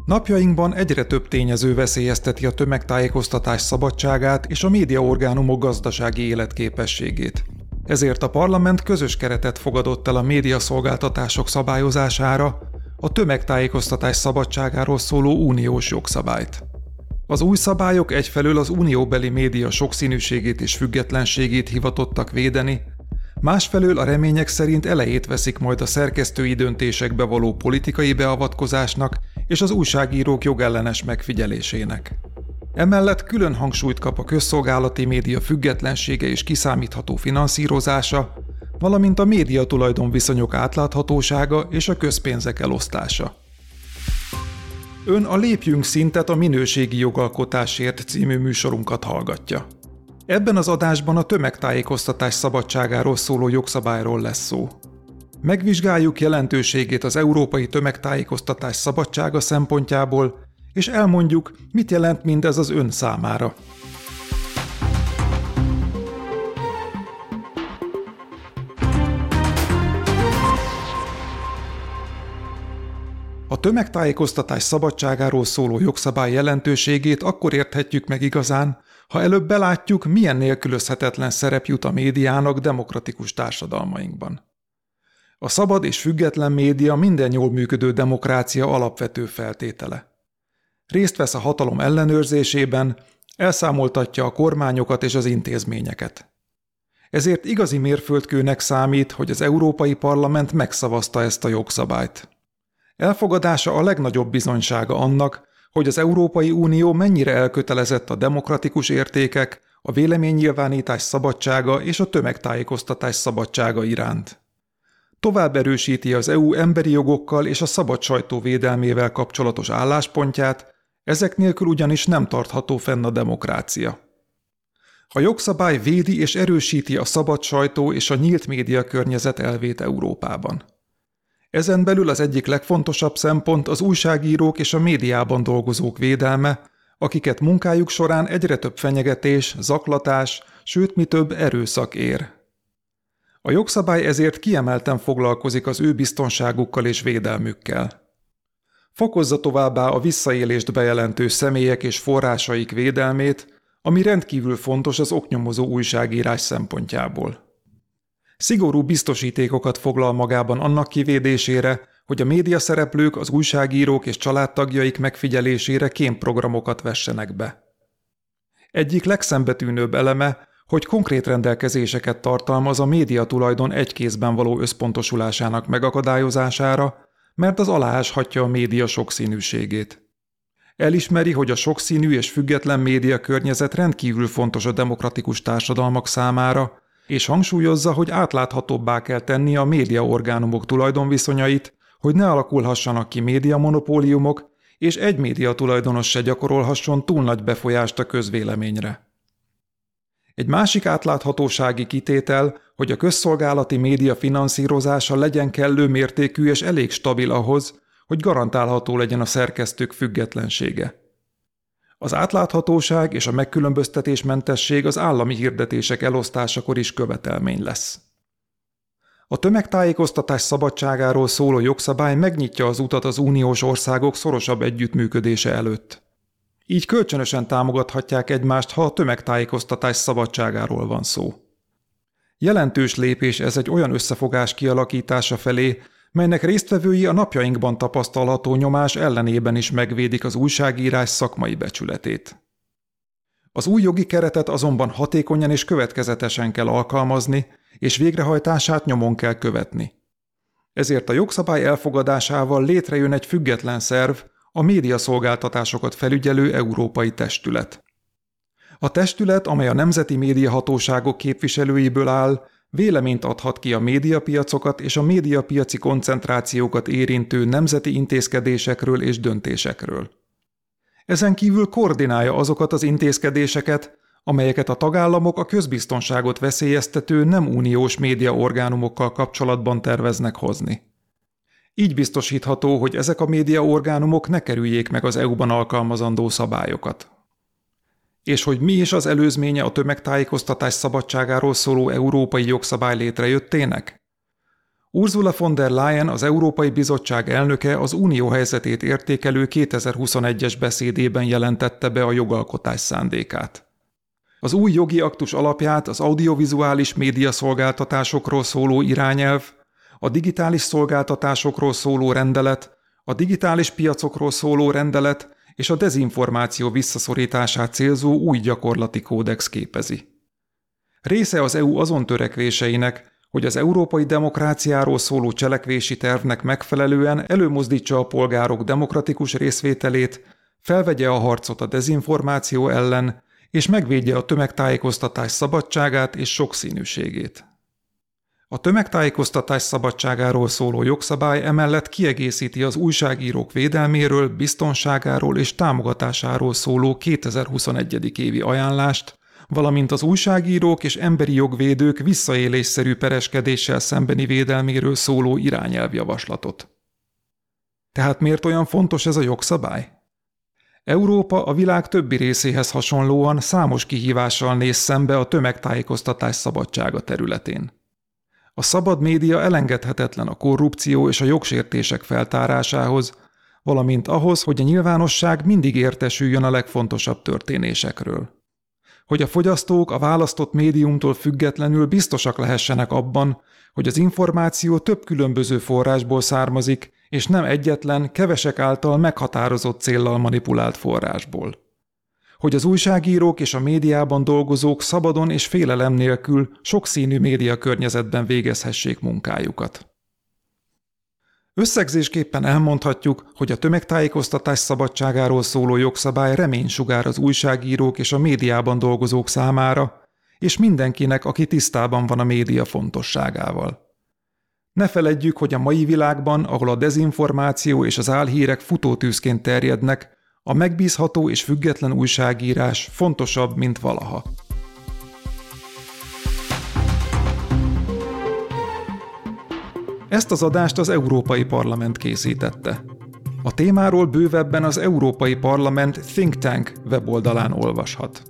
Napjainkban egyre több tényező veszélyezteti a tömegtájékoztatás szabadságát és a médiaorgánumok gazdasági életképességét. Ezért a parlament közös keretet fogadott el a médiaszolgáltatások szabályozására, a tömegtájékoztatás szabadságáról szóló uniós jogszabályt. Az új szabályok egyfelől az unióbeli média sokszínűségét és függetlenségét hivatottak védeni, másfelől a remények szerint elejét veszik majd a szerkesztői döntésekbe való politikai beavatkozásnak és az újságírók jogellenes megfigyelésének. Emellett külön hangsúlyt kap a közszolgálati média függetlensége és kiszámítható finanszírozása, valamint a médiatulajdonviszonyok átláthatósága és a közpénzek elosztása. Ön a Lépjünk szintet a minőségi jogalkotásért című műsorunkat hallgatja. Ebben az adásban a tömegtájékoztatás szabadságáról szóló jogszabályról lesz szó. Megvizsgáljuk jelentőségét az európai tömegtájékoztatás szabadsága szempontjából, és elmondjuk, mit jelent mindez az ön számára. A tömegtájékoztatás szabadságáról szóló jogszabály jelentőségét akkor érthetjük meg igazán, ha előbb belátjuk, milyen nélkülözhetetlen szerep jut a médiának demokratikus társadalmainkban. A szabad és független média minden jól működő demokrácia alapvető feltétele. Részt vesz a hatalom ellenőrzésében, elszámoltatja a kormányokat és az intézményeket. Ezért igazi mérföldkőnek számít, hogy az Európai Parlament megszavazta ezt a jogszabályt. Elfogadása a legnagyobb bizonysága annak, hogy az Európai Unió mennyire elkötelezett a demokratikus értékek, a véleménynyilvánítás szabadsága és a tömegtájékoztatás szabadsága iránt. Tovább erősíti az EU emberi jogokkal és a szabad sajtó védelmével kapcsolatos álláspontját, ezek nélkül ugyanis nem tartható fenn a demokrácia. A jogszabály védi és erősíti a szabad sajtó és a nyílt média környezet elvét Európában. Ezen belül az egyik legfontosabb szempont az újságírók és a médiában dolgozók védelme, akiket munkájuk során egyre több fenyegetés, zaklatás, sőt mi több erőszak ér. A jogszabály ezért kiemelten foglalkozik az ő biztonságukkal és védelmükkel. Fokozza továbbá a visszaélést bejelentő személyek és forrásaik védelmét, ami rendkívül fontos az oknyomozó újságírás szempontjából. Szigorú biztosítékokat foglal magában annak kivédésére, hogy a médiaszereplők, az újságírók és családtagjaik megfigyelésére kémprogramokat vessenek be. Egyik legszembetűnőbb eleme, hogy konkrét rendelkezéseket tartalmaz a médiatulajdon egy kézben való összpontosulásának megakadályozására, mert az alááshatja a média sokszínűségét. Elismeri, hogy a sokszínű és független média környezet rendkívül fontos a demokratikus társadalmak számára, és hangsúlyozza, hogy átláthatóbbá kell tenni a médiaorgánumok tulajdonviszonyait, hogy ne alakulhassanak ki médiamonopóliumok, és egy médiatulajdonos se gyakorolhasson túl nagy befolyást a közvéleményre. Egy másik átláthatósági kitétel, hogy a közszolgálati média finanszírozása legyen kellő mértékű és elég stabil ahhoz, hogy garantálható legyen a szerkesztők függetlensége. Az átláthatóság és a megkülönböztetésmentesség az állami hirdetések elosztásakor is követelmény lesz. A tömegtájékoztatás szabadságáról szóló jogszabály megnyitja az utat az uniós országok szorosabb együttműködése előtt. Így kölcsönösen támogathatják egymást, ha a tömegtájékoztatás szabadságáról van szó. Jelentős lépés ez egy olyan összefogás kialakítása felé, melynek résztvevői a napjainkban tapasztalható nyomás ellenében is megvédik az újságírás szakmai becsületét. Az új jogi keretet azonban hatékonyan és következetesen kell alkalmazni, és végrehajtását nyomon kell követni. Ezért a jogszabály elfogadásával létrejön egy független szerv, a médiaszolgáltatásokat felügyelő európai testület. A testület, amely a nemzeti médiahatóságok képviselőiből áll, véleményt adhat ki a médiapiacokat és a médiapiaci koncentrációkat érintő nemzeti intézkedésekről és döntésekről. Ezen kívül koordinálja azokat az intézkedéseket, amelyeket a tagállamok a közbiztonságot veszélyeztető nem uniós médiaorgánumokkal kapcsolatban terveznek hozni. Így biztosítható, hogy ezek a médiaorgánumok ne kerüljék meg az EU-ban alkalmazandó szabályokat. És hogy mi is az előzménye a tömegtájékoztatás szabadságáról szóló európai jogszabály létrejöttének? Ursula von der Leyen, az Európai Bizottság elnöke az unió helyzetét értékelő 2021-es beszédében jelentette be a jogalkotás szándékát. Az új jogi aktus alapját az audiovizuális médiaszolgáltatásokról szóló irányelv, a digitális szolgáltatásokról szóló rendelet, a digitális piacokról szóló rendelet és a dezinformáció visszaszorítását célzó új gyakorlati kódex képezi. Része az EU azon törekvéseinek, hogy az európai demokráciáról szóló cselekvési tervnek megfelelően előmozdítsa a polgárok demokratikus részvételét, felvegye a harcot a dezinformáció ellen, és megvédje a tömegtájékoztatás szabadságát és sokszínűségét. A tömegtájékoztatás szabadságáról szóló jogszabály emellett kiegészíti az újságírók védelméről, biztonságáról és támogatásáról szóló 2021. évi ajánlást, valamint az újságírók és emberi jogvédők visszaélésszerű pereskedéssel szembeni védelméről szóló irányelvjavaslatot. Tehát miért olyan fontos ez a jogszabály? Európa a világ többi részéhez hasonlóan számos kihívással néz szembe a tömegtájékoztatás szabadsága területén. A szabad média elengedhetetlen a korrupció és a jogsértések feltárásához, valamint ahhoz, hogy a nyilvánosság mindig értesüljön a legfontosabb történésekről. Hogy a fogyasztók a választott médiumtól függetlenül biztosak lehessenek abban, hogy az információ több különböző forrásból származik, és nem egyetlen, kevesek által meghatározott céllal manipulált forrásból. Hogy az újságírók és a médiában dolgozók szabadon és félelem nélkül sokszínű médiakörnyezetben végezhessék munkájukat. Összegzésképpen elmondhatjuk, hogy a tömegtájékoztatás szabadságáról szóló jogszabály reménysugár az újságírók és a médiában dolgozók számára, és mindenkinek, aki tisztában van a média fontosságával. Ne feledjük, hogy a mai világban, ahol a dezinformáció és az álhírek futótűzként terjednek, a megbízható és független újságírás fontosabb, mint valaha. Ezt az adást az Európai Parlament készítette. A témáról bővebben az Európai Parlament Think Tank weboldalán olvashat.